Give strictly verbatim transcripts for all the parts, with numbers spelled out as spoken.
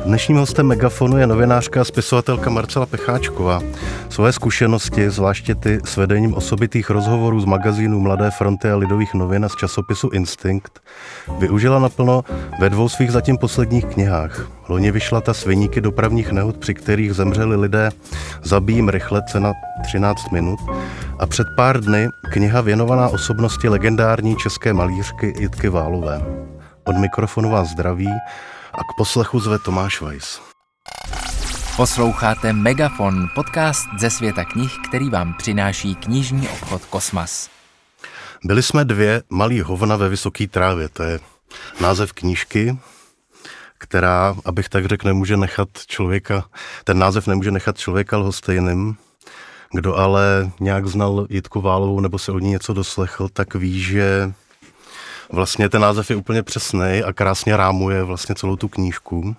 Dnešním hostem Megafonu je novinářka a spisovatelka Marcela Pecháčková. Svoje zkušenosti, zvláště ty s vedením osobitých rozhovorů z magazínu Mladé fronty a Lidových novin a z časopisu Instinkt, využila naplno ve dvou svých zatím posledních knihách. Loni vyšla ta s viníky dopravních nehod, při kterých zemřeli lidé, Zabijím rychle, cena třináct minut. A před pár dny kniha věnovaná osobnosti legendární české malířky Jitky Válové. Od mikrofonu vás zdraví a k poslechu zve Tomáš Weiss. Posloucháte Megafon, podcast ze světa knih, který vám přináší knižní obchod Kosmas. Byli jsme dvě malý hovna ve vysoké trávě. To je název knížky, která, abych tak řekl, nemůže nechat člověka, ten název nemůže nechat člověka lhostejným. Kdo ale nějak znal Jitku Válovou nebo se od ní něco doslechl, tak ví, že vlastně ten název je úplně přesný a krásně rámuje vlastně celou tu knížku.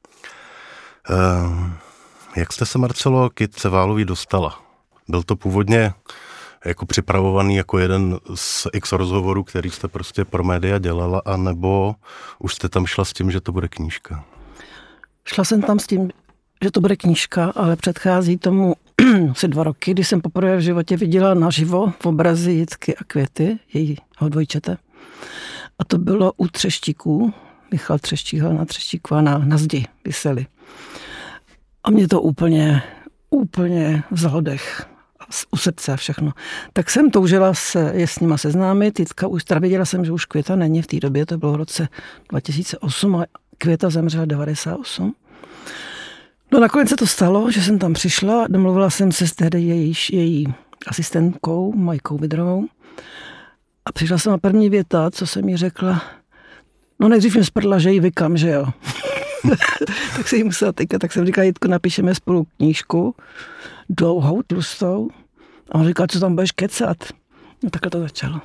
Uh, jak jste se, Marcelo, k Jitce Válový dostala? Byl to původně jako připravovaný jako jeden z x rozhovorů, který jste prostě pro média dělala, anebo už jste tam šla s tím, že to bude knížka? Šla jsem tam s tím, že to bude knížka, ale předchází tomu asi dva roky, kdy jsem poprvé v životě viděla naživo v obrazy Jitky a Květy, jejího dvojčete. A to bylo u Třeštíků, Michal Třeštík, Helena Třeštíková na, na zdi viseli. A mě to úplně, úplně vzalo dech, u srdce a všechno. Tak jsem toužila se je s nima seznámit. Jitka už, teda věděla jsem, že už Květa není v té době, to bylo v roce dva tisíce osm a Květa zemřela devadesát osm. No nakonec se to stalo, že jsem tam přišla, domluvila jsem se s tehdy její, její asistentkou Majkou Vidrovou a přišla jsem na první věta, co jsem jí řekla, no nejdřív mě sprdla, že ji vykam, že jo. Tak se jí musela týkat, tak jsem říkala, Jitko, napíšeme spolu knížku, dlouhou, tlustou. A on říkal, co tam budeš kecat. No takhle to začalo.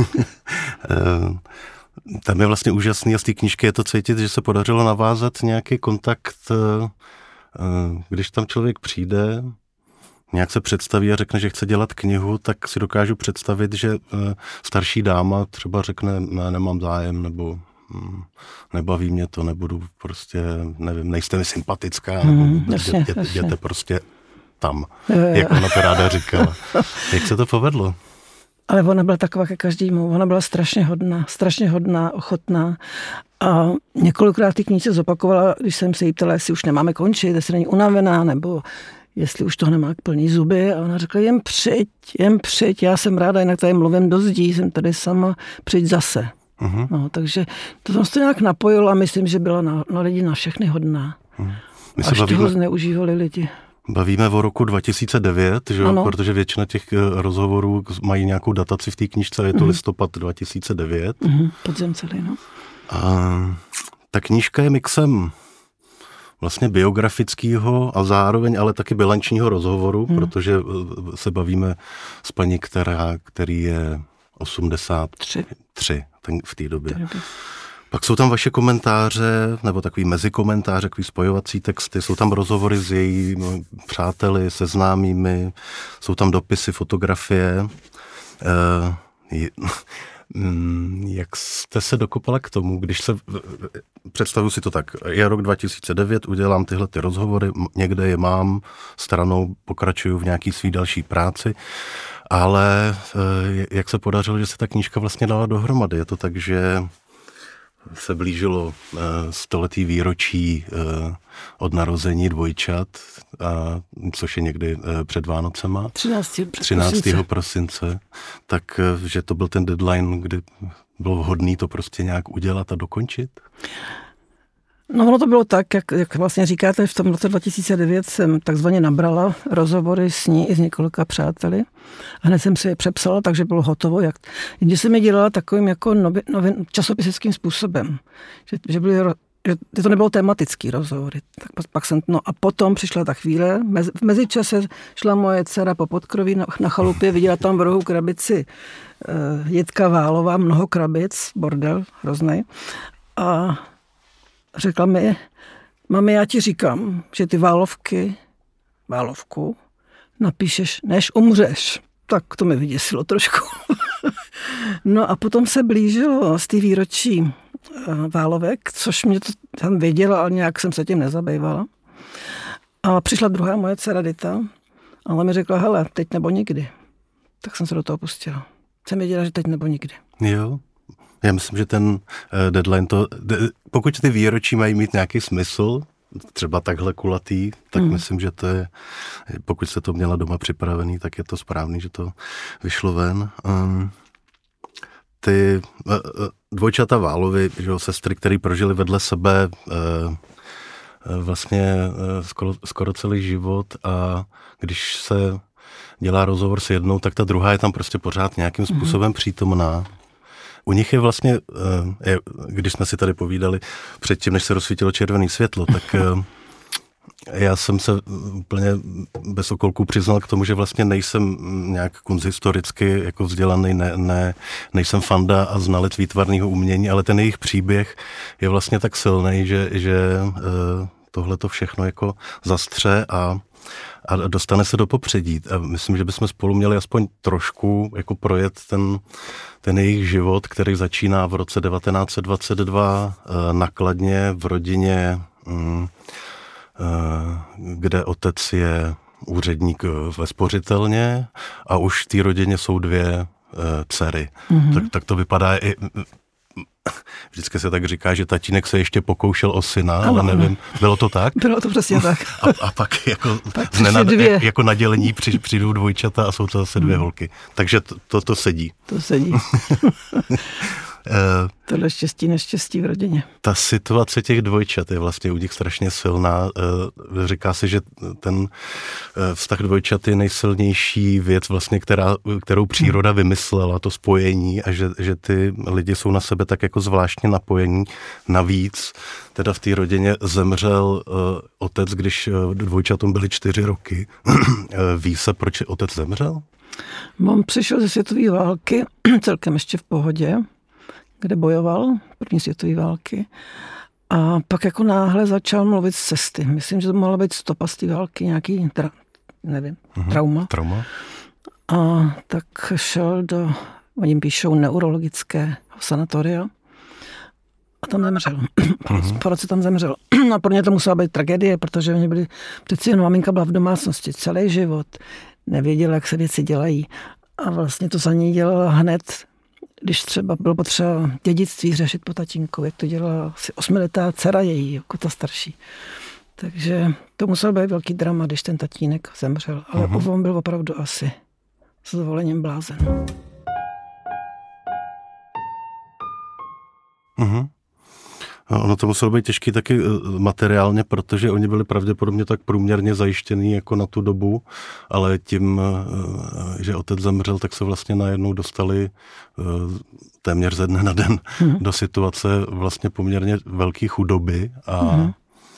Tam je vlastně úžasný a z té knížky je to cítit, že se podařilo navázat nějaký kontakt, když tam člověk přijde, nějak se představí a řekne, že chce dělat knihu, tak si dokážu představit, že starší dáma třeba řekne, ne, nemám zájem, nebo nebaví mě to, nebudu prostě, nevím, nejste mi sympatická, nebo mm, jasně, jděte, jasně. jděte prostě tam, jo, jo. jak ona to ráda říkala. Jak se to povedlo? Ale ona byla taková ke každému, ona byla strašně hodná, strašně hodná, ochotná a několikrát ty knížce zopakovala, když jsem se jí ptala, jestli už nemáme končit, jestli není unavená, nebo jestli už toho nemá plný zuby a ona řekla, jen přijď, jen přijď, já jsem ráda, jinak tady mluvím do zdí, jsem tady sama, přijď zase. Uh-huh. No, takže to jsem se nějak napojil a myslím, že byla na, na lidi na všechny hodná. Uh-huh. Až bavíme, toho zneužívali lidi. Bavíme o roku dva tisíce devět, že? Protože většina těch rozhovorů mají nějakou dataci v té knížce, je to uh-huh. listopad dva tisíce devět. Uh-huh. Podzem celý, no. A ta knížka je mixem vlastně biografického a zároveň ale taky bilančního rozhovoru, uh-huh. protože se bavíme s paní, která, který je osmdesát tři ten v té době. Pak jsou tam vaše komentáře, nebo takový mezikomentáře, takový spojovací texty, jsou tam rozhovory s jejími přáteli, se známými, jsou tam dopisy, fotografie. E, jak jste se dokopala k tomu, když se, představuji si to tak, je rok dva tisíce devět, udělám tyhle ty rozhovory, někde je mám, stranou pokračuju v nějaký svý další práci, ale jak se podařilo, že se ta knížka vlastně dala dohromady? Je to tak, že se blížilo stoletý výročí od narození dvojčat, a, což je někdy před Vánocema, třináctého prosince, tak že to byl ten deadline, kdy bylo vhodné to prostě nějak udělat a dokončit? No ono to bylo tak, jak, jak vlastně říkáte, v tom roce dva tisíce devět jsem takzvaně nabrala rozhovory s ní i s několika přáteli a hned jsem si je přepsala, takže bylo hotovo. Jak, jenže jsem je dělala takovým jako novin, novin, časopisickým způsobem, že, že, byly, že to nebylo tematický rozhovory. Tak pak jsem, no a potom přišla ta chvíle, mezi, v mezičase šla moje dcera po podkroví na, na chalupě, viděla tam v rohu krabici uh, Jitka Válová, mnoho krabic, bordel hroznej a řekla mi, mami, já ti říkám, že ty Válovky, Válovku, napíšeš, než umřeš. Tak to mi vyděsilo trošku. No a potom se blížilo z té výročí Válovek, což mě to tam věděla, ale nějak jsem se tím nezabývala. A přišla druhá moje dcera Dita, ale mi řekla, hele, teď nebo nikdy. Tak jsem se do toho pustila. Jsem věděla, že teď nebo nikdy. Jo. Já myslím, že ten deadline, to, pokud ty výročí mají mít nějaký smysl, třeba takhle kulatý, tak mm. myslím, že to je, pokud jste to měla doma připravený, tak je to správný, že to vyšlo ven. Um, ty dvojčata Válovy, že jo, sestry, které prožily vedle sebe uh, vlastně uh, skoro, skoro celý život, a když se dělá rozhovor s jednou, tak ta druhá je tam prostě pořád nějakým způsobem mm. přítomná. U nich je vlastně, když jsme si tady povídali předtím, než se rozsvítilo červené světlo, tak já jsem se úplně bez okolků přiznal k tomu, že vlastně nejsem nějak kunsthistoricky jako vzdělaný, ne, ne, nejsem fanda a znalec výtvarného umění, ale ten jejich příběh je vlastně tak silný, že, že tohle to všechno jako zastře a a dostane se do popředí. A myslím, že bychom spolu měli aspoň trošku jako projet ten, ten jejich život, který začíná v roce devatenáct set dvacet dva na Kladně v rodině, kde otec je úředník ve spořitelně a už v té rodině jsou dvě dcery. Mm-hmm. Tak, tak to vypadá i... Vždycky se tak říká, že tatínek se ještě pokoušel o syna, ano, ale nevím, bylo to tak? Bylo to přesně tak. A, a pak jako, pak nenad, jako nadělení při, přijdou dvojčata a jsou to zase dvě hmm. holky. Takže to, to, to sedí. To sedí. Tohle štěstí, neštěstí v rodině. Ta situace těch dvojčat je vlastně u nich strašně silná. Říká se, že ten vztah dvojčat je nejsilnější věc, vlastně, která, kterou příroda vymyslela, to spojení, a že, že ty lidi jsou na sebe tak jako zvláštně napojení. Navíc teda v té rodině zemřel otec, když dvojčatům byly čtyři roky. Ví se, proč otec zemřel? On přišel ze světové války, celkem ještě v pohodě, kde bojoval, první světové války. A pak jako náhle začal mluvit z cesty. Myslím, že to mohla být stopa z té války, nějaký, tra, nevím, mm-hmm. trauma. Trauma. A tak šel do, oni jim píšou, neurologického sanatoria a tam zemřel. Mm-hmm. Po roce tam zemřel. A pro ně to musela být tragédie, protože oni byli, přeci jen maminka byla v domácnosti celý život, nevěděla, jak se věci dělají. A vlastně to za ní dělala hned, když třeba bylo potřeba dědictví řešit po tatínku, jak to dělala asi osmiletá dcera její, jako ta starší. Takže to musel být velký drama, když ten tatínek zemřel. Ale uh-huh. on byl opravdu asi s dovolením blázen. Uh-huh. Ono to muselo být těžký taky materiálně, protože oni byli pravděpodobně tak průměrně zajištěný jako na tu dobu, ale tím, že otec zemřel, tak se vlastně najednou dostali téměř ze dne na den hmm. do situace vlastně poměrně velké chudoby a hmm.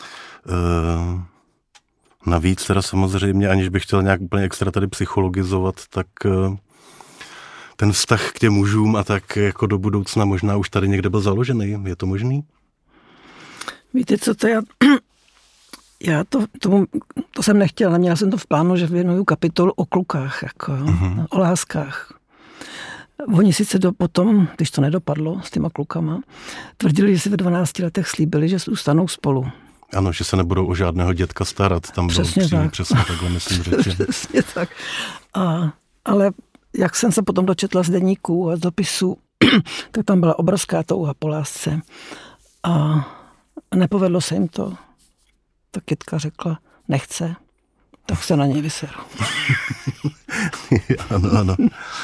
navíc teda samozřejmě, aniž bych chtěl nějak úplně extra tady psychologizovat, tak ten vztah k těm mužům a tak jako do budoucna možná už tady někde byl založený. Je to možný? Víte, co to já... Já to, tomu, to jsem nechtěla, neměla jsem to v plánu, že věnuju kapitolu o klukách, jako, uh-huh. o láskách. Oni sice do, potom, když to nedopadlo s těma klukama, tvrdili, že si ve dvanácti letech slíbili, že zůstanou spolu. Ano, že se nebudou o žádného dětka starat. Tam přesně byl tak. Přesně takhle, myslím, řeči. Přesně tak. A, ale jak jsem se potom dočetla z deníků a z dopisů, tak tam byla obrovská touha po lásce. A nepovedlo se jim to. Ta kytka řekla, nechce, tak se na něj vyseru. Ano, ano.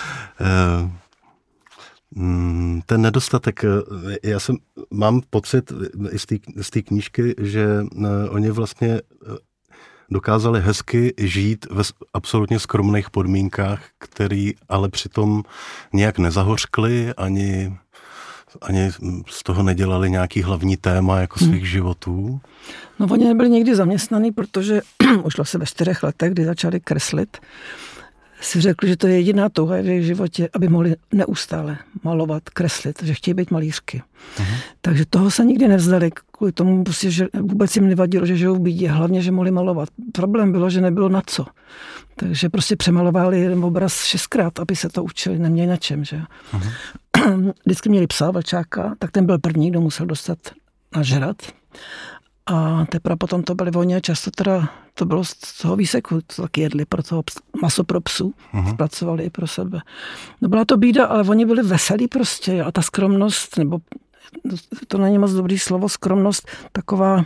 Ten nedostatek, já jsem, mám pocit z té knížky, že oni vlastně dokázali hezky žít ve absolutně skromných podmínkách, který ale přitom nějak nezahořkli, ani, ani z toho nedělali nějaký hlavní téma jako svých hmm. životů. No oni nebyli někdy zaměstnaní, protože už se ve čtyřech letech, kdy začali kreslit, si řekli, že to je jediná touha v jejich životě, aby mohli neustále malovat, kreslit, že chtějí být malířky. Uh-huh. Takže toho se nikdy nevzdali, kvůli tomu, prostě, že vůbec jim nevadilo, že žijou v bídě, hlavně, že mohli malovat. Problém bylo, že nebylo na co. Takže prostě přemalovali jeden obraz šestkrát, aby se to učili, neměli na čem. Že? Uh-huh. Vždycky měli psa, vlčáka, tak ten byl první, kdo musel dostat nažrat. A teprve potom to byly oni a často teda to bylo z toho výseku, to taky jedli pro toho maso pro psů, uh-huh. Zpracovali i pro sebe. No byla to bída, ale oni byli veselí prostě a ta skromnost, nebo to není moc dobrý slovo, skromnost, taková,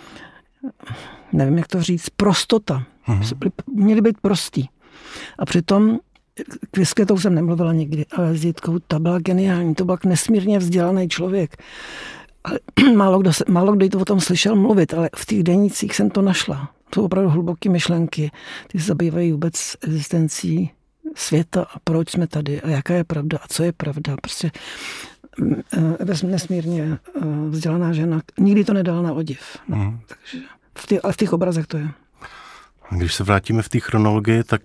nevím jak to říct, prostota. Uh-huh. Měli být prostý. A přitom s Květou jsem nemluvila nikdy, ale s Jitkou ta byla geniální, to byl nesmírně vzdělaný člověk. Ale málo kdo, se, málo kdo to o tom slyšel mluvit, ale v těch denících jsem to našla. To jsou opravdu hluboké myšlenky. Ty se zabývají vůbec existencí světa a proč jsme tady a jaká je pravda a co je pravda. Prostě nesmírně vzdělaná žena. Nikdy to nedala na odiv. No, mm. takže v těch, ale v těch obrazech to je. Když se vrátíme v té chronologii, tak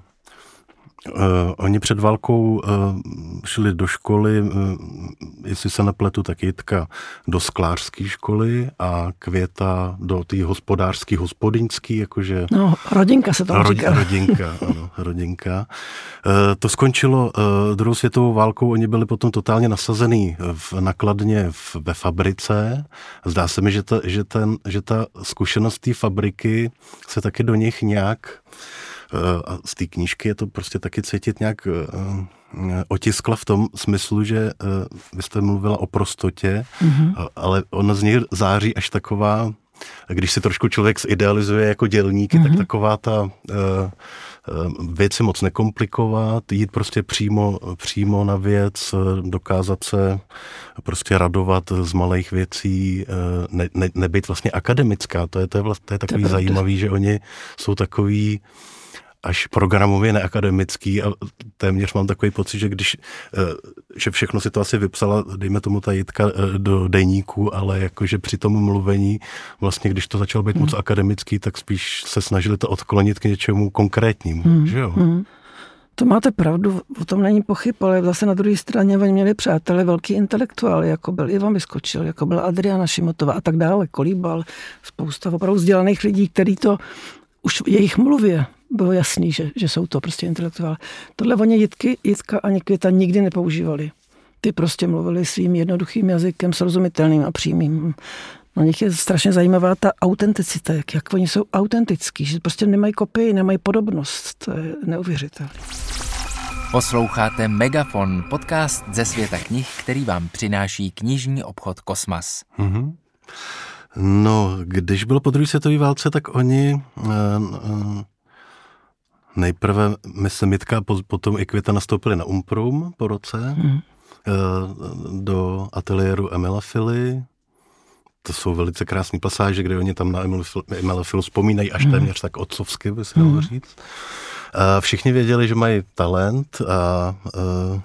Uh, oni před válkou uh, šli do školy, uh, jestli se nepletu, tak Jitka do sklářské školy a Květa do té hospodářské, hospodyňské, jakože... No, rodinka se to rod, říká. Rodinka, ano, rodinka. Uh, to skončilo uh, druhou světovou válkou, oni byli potom totálně nasazený v nakladně v, ve fabrice. Zdá se mi, že ta, že ten, že ta zkušenost té fabriky se taky do nich nějak... A z té knížky je to prostě taky cítit nějak uh, otiskla v tom smyslu, že uh, vy jste mluvila o prostotě, mm-hmm. ale ona z něj září až taková, když si trošku člověk zidealizuje jako dělníky, mm-hmm. tak taková ta uh, uh, věci moc nekomplikovat, jít prostě přímo, přímo na věc, dokázat se prostě radovat z malých věcí, uh, ne, ne, nebyt vlastně akademická, to je, to je, vlastně, to je takový to zajímavý, že oni jsou takový až programově neakademický a téměř mám takový pocit, že když, že všechno si to asi vypsala, dejme tomu ta Jitka do deníku, ale jakože při tom mluvení, vlastně když to začalo být hmm. moc akademický, tak spíš se snažili to odklonit k něčemu konkrétnímu, hmm. že jo? Hmm. To máte pravdu, o tom není pochyb, ale zase na druhé straně oni měli přátelé velký intelektuály, jako byl Ivan Vyskočil, jako byla Adriana Šimotová a tak dále, Kolíbal, spousta opravdu vzdělaných lidí, který to už v jejich mluvě bylo jasný, že, že jsou to prostě intelektuálové. Tohle oni Jitky, Jitka ani Květa nikdy nepoužívali. Ty prostě mluvili svým jednoduchým jazykem, srozumitelným a přímým. Na nich je strašně zajímavá ta autenticita, jak, jak oni jsou autentický, že prostě nemají kopii, nemají podobnost. To je neuvěřitelné. Posloucháte Megafon, podcast ze světa knih, který vám přináší knižní obchod Kosmas. Mm-hmm. No, když bylo po druhé světové válce, tak oni uh, uh, nejprve, myslím, Jitka, potom i Květa nastoupili na Umprum po roce, mm. uh, do ateliéru Emila Fily. To jsou velice krásné pasáže, kde oni tam na Emila Filu vzpomínají až téměř tak otcovsky, by se dalo říct. Uh, všichni věděli, že mají talent a uh,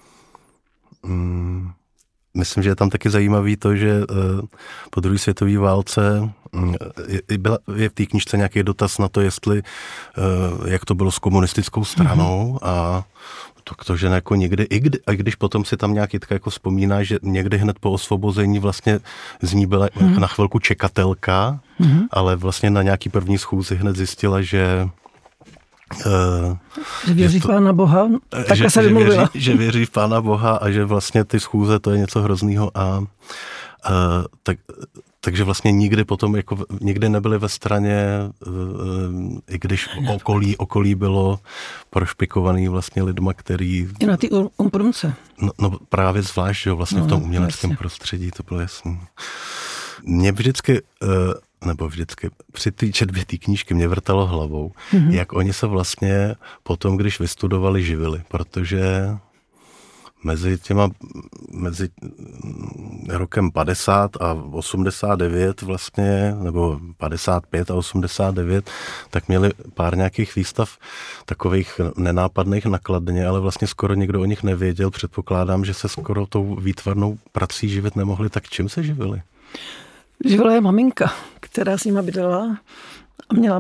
um, myslím, že je tam taky zajímavý to, že uh, po druhé světové válce um, je, byla, je v té knížce nějaký dotaz na to, jestli, uh, jak to bylo s komunistickou stranou mm-hmm. a tak to, že jako někdy, i kdy, a když potom si tam nějak Jitka jako vzpomíná, že někdy hned po osvobození vlastně z ní byla mm-hmm. na chvilku čekatelka, mm-hmm. ale vlastně na nějaký první schůzi hned zjistila, že Uh, že věří v Pána Boha, takhle že, se že vymluvila. Věří, že věří v Pána Boha a že vlastně ty schůze to je něco hroznýho a uh, tak, takže vlastně nikdy potom jako nikdy nebyli ve straně, uh, i když okolí, okolí bylo prošpikovaný vlastně lidma, který... I na ty Umprumce. No, no právě zvlášť, že vlastně no, v tom uměleckém jasně. prostředí to bylo jasný. Mě vždycky... Uh, nebo vždycky při té četbě té knížky mě vrtalo hlavou, mm-hmm. jak oni se vlastně potom, když vystudovali, živili, protože mezi těma, mezi rokem padesát a osmdesát devět vlastně, nebo padesát pět a osmdesát devět, tak měli pár nějakých výstav takových nenápadných nakladně, ale vlastně skoro nikdo o nich nevěděl. Předpokládám, že se skoro tou výtvarnou prací živit nemohli, tak čím se živili? Živila je maminka, která s nima bydlela a měla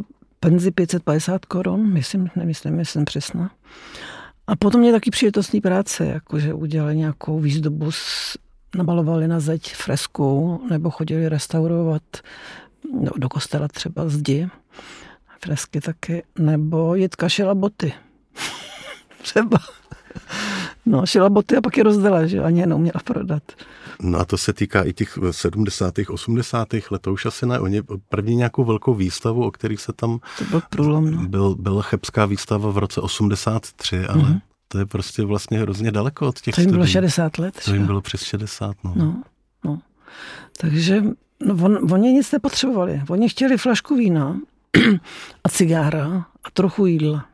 penzi pět set padesát korun, myslím, nemyslím, jsem přesná. A potom mě taky příležitostný práce, jakože udělali nějakou výzdobu, namalovali na zeď fresku, nebo chodili restaurovat do, do kostela třeba zdi, fresky taky, nebo Jitka šila boty. Třeba. No, šila boty a pak je rozdala, že ani je neuměla prodat. No a to se týká i těch sedmdesátých, osmdesátých let, to už asi ne. Oni první nějakou velkou výstavu, o kterých se tam... To byl průlom, no. Byl, byla chebská výstava v roce osmdesát tři, ale mm-hmm. to je prostě vlastně hrozně daleko od těch to jim studií. bylo šedesát let. To jim bylo přes šedesát, no. No, no. Takže no, on, oni nic nepotřebovali. Oni chtěli flašku vína a cigára a trochu jídla.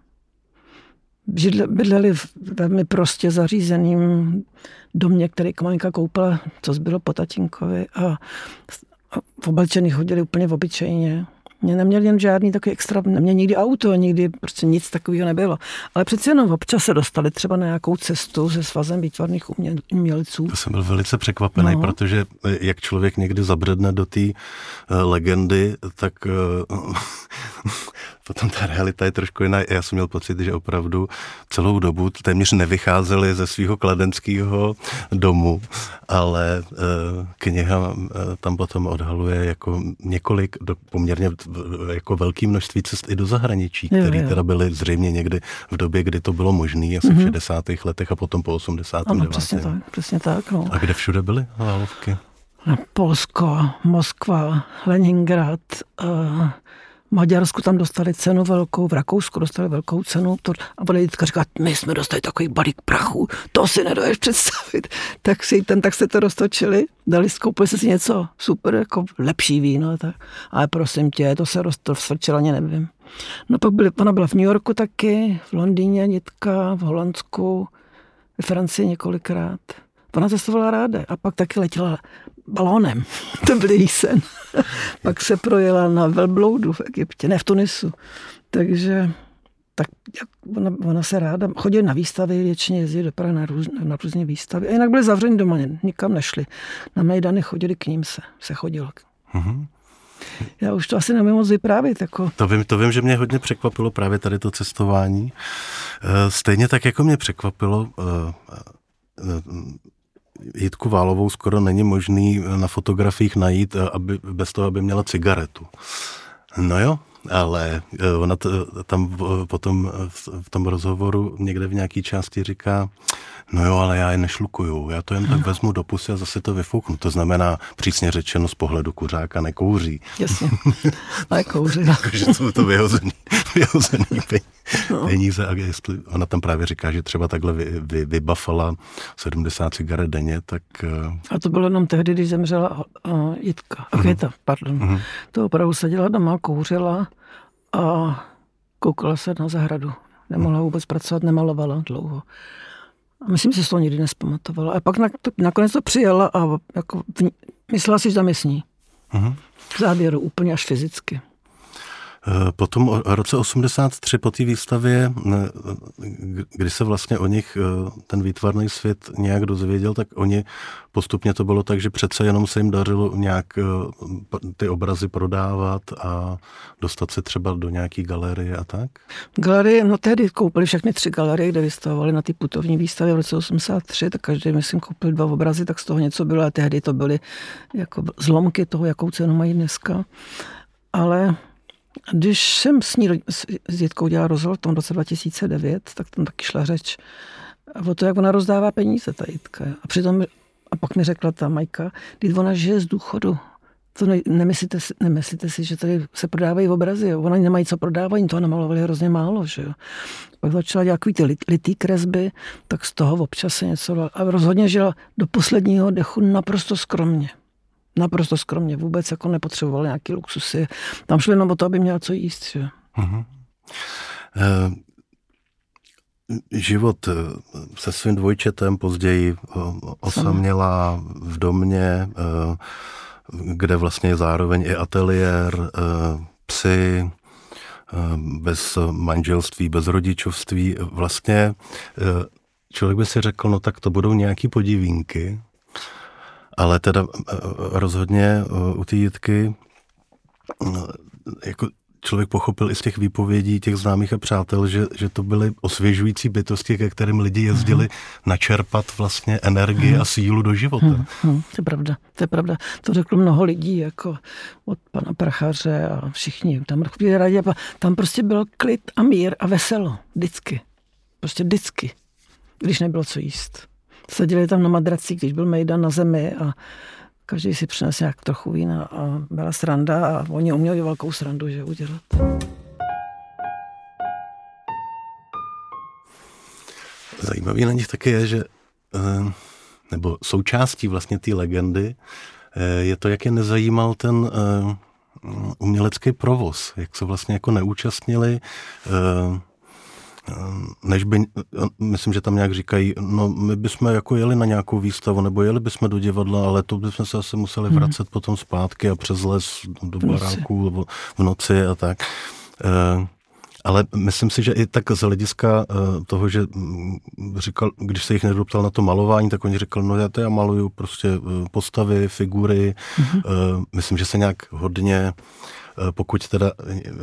Bydleli v velmi prostě zařízeným domě, který maminka koupila, co zbylo po tatínkovi, a, a v oblečených chodili úplně v obyčejně. Mě neměli jen žádný takový extra, neměli nikdy auto, nikdy prostě nic takového nebylo. Ale přeci jenom občas se dostali třeba na nějakou cestu se svazem výtvarných umělců. To jsem byl velice překvapený, no. Protože jak člověk někdy zabředne do té uh, legendy, tak uh, potom ta realita je trošku jiná. Já jsem měl pocit, že opravdu celou dobu téměř nevycházeli ze svého kladenského domu, ale uh, kniha uh, tam potom odhaluje jako několik do, poměrně jako velké množství cest i do zahraničí, které teda byly zřejmě někdy v době, kdy to bylo možné, asi mm-hmm. v šedesátých letech a potom po osmdesátém devátém. Ano, přesně tak, přesně tak. No. A kde všude byly Válovky? Polsko, Moskva, Leningrad, uh, Maďarsku tam dostali cenu velkou, v Rakousku dostali velkou cenu. To, a bude Jitka říkat, my jsme dostali takový balík prachu, to si nedojdeš představit. Tak si ten, tak se to roztočili, dali, koupili se si něco super, jako lepší víno. Tak. Ale prosím tě, to se roztočilo, ani nevím. No pak byli, ona byla v New Yorku taky, v Londýně Jitka, v Holandsku, ve Francii několikrát. Ona cestovala ráda a pak taky letěla balónem. To byl její sen. Pak se projela na velbloudu v Egyptě, ne v Tunisu. Takže tak ona, ona se ráda, chodila na výstavy, většině jezdí do Prahy na, růz, na různé výstavy. A jinak byli zavřeni doma, nikam nešli. Na Mejdany chodili, k ním se, se chodilo. Mm-hmm. Já už to asi nemůžu moc vyprávět. Jako. To vím, to vím, že mě hodně překvapilo právě tady to cestování. Stejně tak, jako mě překvapilo... Jitku Válovou skoro není možný na fotografiích najít aby, bez toho, aby měla cigaretu. No jo, ale ona t, tam potom v tom rozhovoru někde v nějaké části říká, no jo, ale já je nešlukuju, já to jen tak vezmu do pusy a zase to vyfouknu. To znamená, přísně řečeno, z pohledu kuřáka nekouří. Jasně, ale kouřila. Takže jsou to vyhozený, vyhozený peníze. A jestli ona tam právě říká, že třeba takhle vy, vy, vybafala sedmdesát cigaret denně, tak... A to bylo jenom tehdy, když zemřela uh, Jitka, a Květa, uh-huh. pardon. Uh-huh. To opravdu seděla doma, kouřila a koukala se na zahradu. Nemohla vůbec pracovat, nemalovala dlouho. A myslím, že se to nikdy nespamatovala. A pak na, to, nakonec to přijela a jako, myslela si, že tam je s ní. Uh-huh. V záběru, úplně až fyzicky. Potom o roce osmdesát tři po té výstavě, kdy se vlastně o nich ten výtvarný svět nějak dozvěděl, tak oni postupně to bylo tak, že přece jenom se jim dařilo nějak ty obrazy prodávat a dostat se třeba do nějaký galerie a tak? Galerie, no tehdy koupili všechny tři galerie, kde vystavovali na ty putovní výstavy v roce osmdesát tři, tak každý, myslím, koupil dva obrazy, tak z toho něco bylo a tehdy to byly jako zlomky toho, jakou cenu mají dneska. Ale když jsem s ní, s Jitkou dělala rozhovor v tom roce dva tisíce devět, tak tam taky šla řeč o to, jak ona rozdává peníze, ta Jitka. A přitom, a pak mi řekla ta Majka, když ona žije z důchodu. To ne, nemyslíte, si, nemyslíte si, že tady se prodávají obrazy. Ona nemají co prodávat, oni toho namalovali hrozně málo. Že jo. Pak začala dělat takový ty litý kresby, tak z toho občas se něco... A rozhodně žila do posledního dechu naprosto skromně. Naprosto skromně, vůbec jako nepotřeboval nějaký luxusy. Tam šli jenom o to, aby měla co jíst. Že? Uh-huh. Uh, život se svým dvojčetem později uh, osaměla v domě, uh, kde vlastně je zároveň i ateliér, uh, psy, uh, bez manželství, bez rodičovství. Vlastně uh, člověk by si řekl, no tak to budou nějaký podivínky. Ale teda rozhodně u té Jitky jako člověk pochopil i z těch výpovědí těch známých a přátel, že, že to byly osvěžující bytosti, ke kterým lidi jezdili hmm. načerpat vlastně energii hmm. a sílu do života. Hmm. Hmm. To je pravda, to je pravda. To řeklo mnoho lidí, jako od pana Prachaře a všichni. Tam, tam prostě byl klid a mír a veselo. Vždycky. Prostě vždycky. Když nebylo co jíst. Seděli tam na madraci, když byl mejdan na zemi a každý si přinesl nějak trochu vína a byla sranda a oni uměli velkou srandu, že udělat. Zajímavý na nich taky je, že nebo součástí vlastně té legendy je to, jak je nezajímal ten umělecký provoz, jak se vlastně jako neúčastnili, než by, myslím, že tam nějak říkají, no my bychom jako jeli na nějakou výstavu, nebo jeli bychom do divadla, ale to bychom se asi museli vracet hmm. potom zpátky a přes les do baráků nebo v noci a tak. Ale myslím si, že i tak z hlediska toho, že říkal, když se jich nedoptal na to malování, tak oni říkali, no já to já maluju prostě postavy, figury. Mm-hmm. Myslím, že se nějak hodně, pokud teda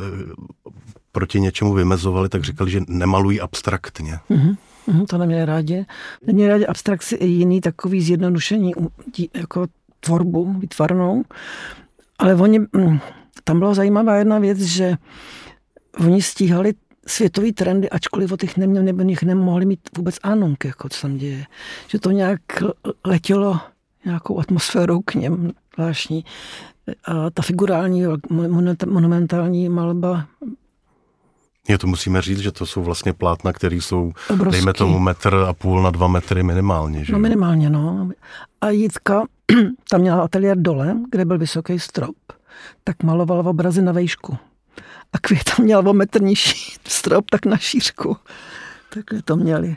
proti něčemu vymezovali, tak říkali, že nemalují abstraktně. Mm-hmm. To neměli rádi. Neměli rádi abstrakci i jiný takový zjednodušení jako tvorbu výtvarnou. Ale oni, tam byla zajímavá jedna věc, že oni stíhali světový trendy, ačkoliv o těch neměli, nebo nich nemohli mít vůbec anonk, jako co tam děje. Že to nějak letělo nějakou atmosférou k něm zvláštní. A ta figurální, monumentální malba. Je, to musíme říct, že to jsou vlastně plátna, které jsou, obrovský. Dejme tomu metr a půl na dva metry minimálně. Že? No minimálně, no. A Jitka tam měla ateliér dole, kde byl vysoký strop, tak malovala obrazy na vejšku. A Květa měla o metr nižší strop, tak na šířku. Takhle to měli.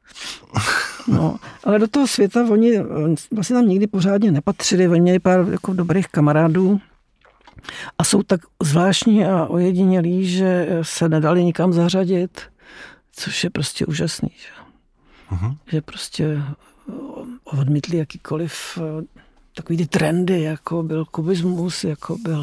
No, ale do toho světa oni vlastně tam nikdy pořádně nepatřili. Oni měli pár jako dobrých kamarádů a jsou tak zvláštní a ojedinělí, že se nedali nikam zařadit, což je prostě úžasný. Že, uh-huh. že prostě odmítli jakýkoliv takový ty trendy, jako byl kubismus, jako byl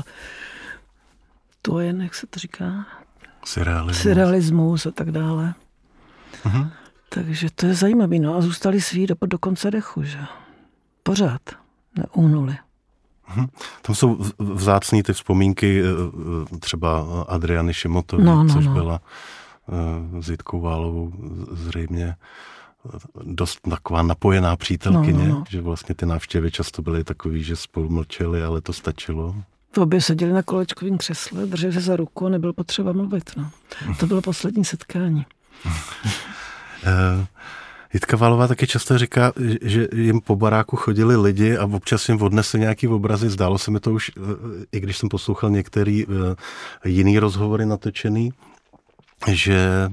to jen, jak se to říká? Surrealismus. Surrealismus a tak dále. Uh-huh. Takže to je zajímavé. No a zůstali svý do, do konce dechu, že? Pořád. Neuhnuli. Uh-huh. Tam jsou vzácný ty vzpomínky třeba Adriany Šimotové, no, no, což no. byla s Jitkou Válovou zřejmě dost taková napojená přítelkyně, no, no, no. že vlastně ty návštěvy často byly takový, že spolu mlčeli, ale to stačilo. To obě seděli na kolečkovém křesle, drželi se za ruku a nebylo potřeba mluvit. No. To bylo poslední setkání. Jitka Válová taky často říká, že jim po baráku chodili lidi a občas jim odnesli nějaký obrazy. Zdálo se mi to už, i když jsem poslouchal některý jiný rozhovory natočený, že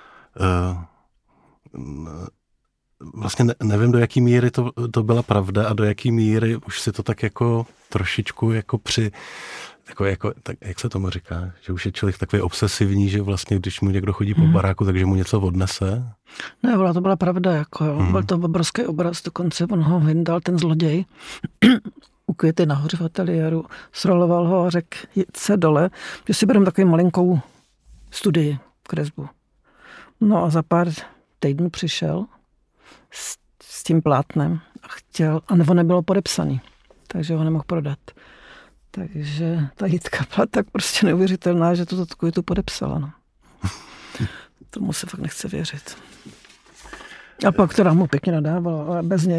vlastně ne, nevím, do jaký míry to, to byla pravda a do jaký míry už si to tak jako trošičku jako při, jako, jako, tak, jak se tomu říká, že už je člověk takový obsesivní, že vlastně, když mu někdo chodí po hmm. baráku, takže mu něco odnese. Ne, byla to byla pravda, jako jo. Hmm. Byl to obrovský obraz, dokonce on ho vyndal, ten zloděj, u Květy nahoře v ateliéru, sroloval ho a řekl, jít se dole, že si bereme takovou malinkou studii, kresbu. No a za pár týdnů přišel s, s tím plátnem a chtěl, a nebo nebylo podepsaný, takže ho nemohl prodat. Takže ta Jitka byla tak prostě neuvěřitelná, že to takový tu podepsala. No. Tomu se fakt nechce věřit. A pak teda mu pěkně nadávala, ale bez něj.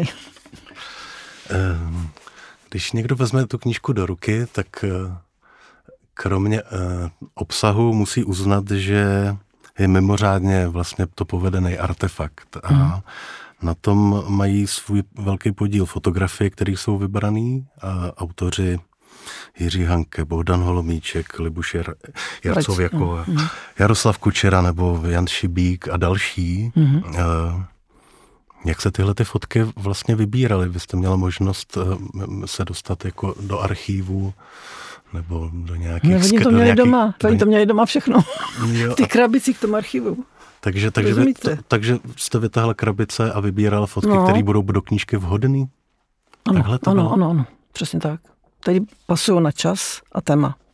Když někdo vezme tu knížku do ruky, tak kromě obsahu musí uznat, že je mimořádně vlastně to povedený artefakt. A hmm. na tom mají svůj velký podíl fotografie, které jsou vybraný. A autoři Jiří Hanke, Bohdan Holomíček, Libuš Jar, Jarcověkova, mm. Jaroslav Kučera nebo Jan Šibík a další. Mm. Jak se tyhle ty fotky vlastně vybíraly? Vy jste měla možnost se dostat jako do archívu nebo do nějakých... Ne, oni to měli nějaký, doma, do... oni to měli doma všechno. Jo, ty krabici k tomu archivu. Takže, takže, vy, to, takže jste vytáhla krabice a vybírala fotky, no. které budou do knížky vhodný? Ano, ano, ano, ano, přesně tak. Tady pasují na čas a téma.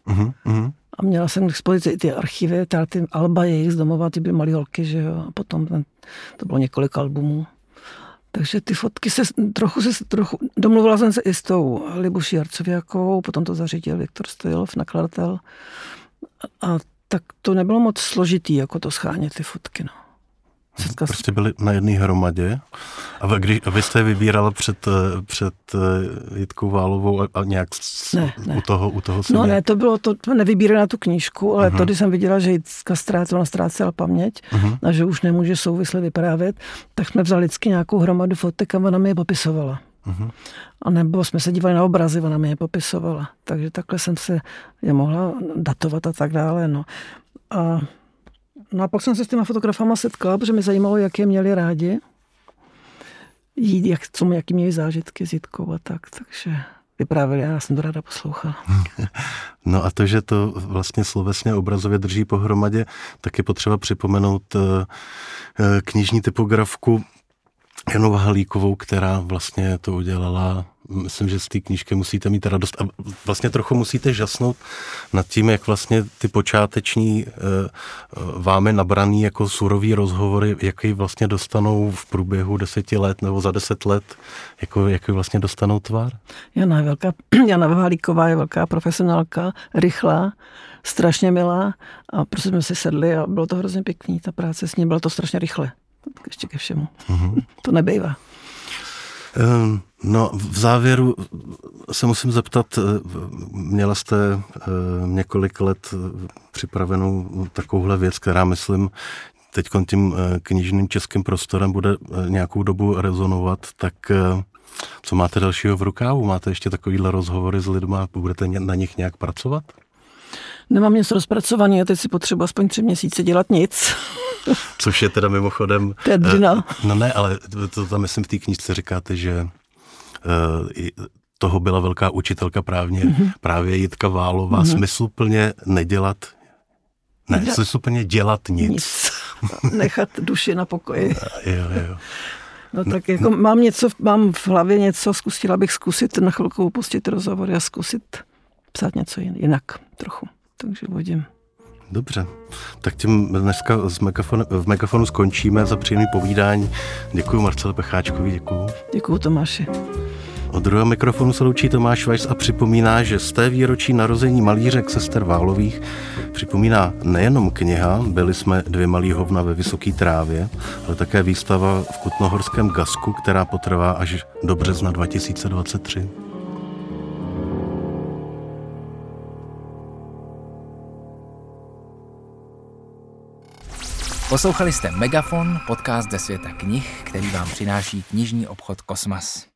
Uh-huh, uh-huh. A měla jsem k dispozici i ty archivy, teda ty alba jejich z domova, ty byly malý holky, že jo, a potom ten, to bylo několik albumů. Takže ty fotky se trochu, se trochu, domluvila jsem se i s tou Libuší Arcovějakovou, potom to zařídil Viktor Stojilov, nakladatel. A tak to nebylo moc složitý, jako to schánět ty fotky, no. Setka... Prostě byli na jedné hromadě a vy, když, a vy jste je vybírala před, před Jitkou Válovou a, a nějak ne, ne. u toho, u toho No ne, to bylo, to, to nevybírali na tu knížku, ale uh-huh. to, když jsem viděla, že Jitka ztrácela, ztrácela paměť uh-huh. a že už nemůže souvisle vyprávět, tak jsme vzali vždycky nějakou hromadu fotek a ona mi je popisovala. Uh-huh. A nebo jsme se dívali na obrazy, ona mi je popisovala. Takže takhle jsem se je mohla datovat a tak dále. No. A No a pak jsem se s těma fotografama setkala, protože mě zajímalo, jak je měli rádi. Jít, jak, co, jaký měli zážitky s Jitkou a tak. Takže vyprávěli, já jsem to ráda poslouchala. No a to, že to vlastně slovesně obrazově drží pohromadě, tak je potřeba připomenout knižní typografku Janu Vahalíkovou, která vlastně to udělala. Myslím, že z té knížky musíte mít radost a vlastně trochu musíte žasnout nad tím, jak vlastně ty počáteční vámi nabraný jako surový rozhovory, jaký vlastně dostanou v průběhu deseti let nebo za deset let, jako, jaký vlastně dostanou tvar. Jana, je velká, Jana Vahalíková je velká profesionálka, rychlá, strašně milá a prostě jsme si sedli a bylo to hrozně pěkný, ta práce s ní, bylo to strašně rychle. Tak ještě ke všemu. Mm-hmm. To nebejvá. No, v závěru se musím zeptat, měla jste několik let připravenou takovouhle věc, která, myslím, teď tím knižným českým prostorem bude nějakou dobu rezonovat, tak co máte dalšího v rukávu? Máte ještě takovýhle rozhovory s lidma? Budete na nich nějak pracovat? Nemám nic rozpracovaný a teď si potřebuji aspoň tři měsíce dělat nic. Což je teda mimochodem... To je dřina. No ne, ale to tam myslím v té knížce říkáte, že toho byla velká učitelka právě, mm-hmm. právě Jitka Válová. Mm-hmm. Smysluplně nedělat... Ne, Děla... smysluplně dělat nic. nic. Nechat duši na pokoji. jo, jo. No tak jako mám něco, mám v hlavě něco, zkusila bych zkusit na chvilku opustit rozhovory a zkusit psát něco jinak trochu. Takže uvidím. Dobře, tak tím dneska z megafonu, v Megafonu skončíme za příjemný povídání. Děkuju Marcele Pecháčkovi, děkuju. Děkuju Tomáši. Od druhého mikrofonu se loučí Tomáš Weiss a připomíná, že z té výročí narození malířek sester Válových připomíná nejenom kniha Byli jsme dvě malý hovna ve vysoké trávě, ale také výstava v Kutnohorském Gasku, která potrvá až do března dva tisíce dvacet tři. Poslouchali jste Megafon, podcast ze světa knih, který vám přináší knižní obchod Kosmas.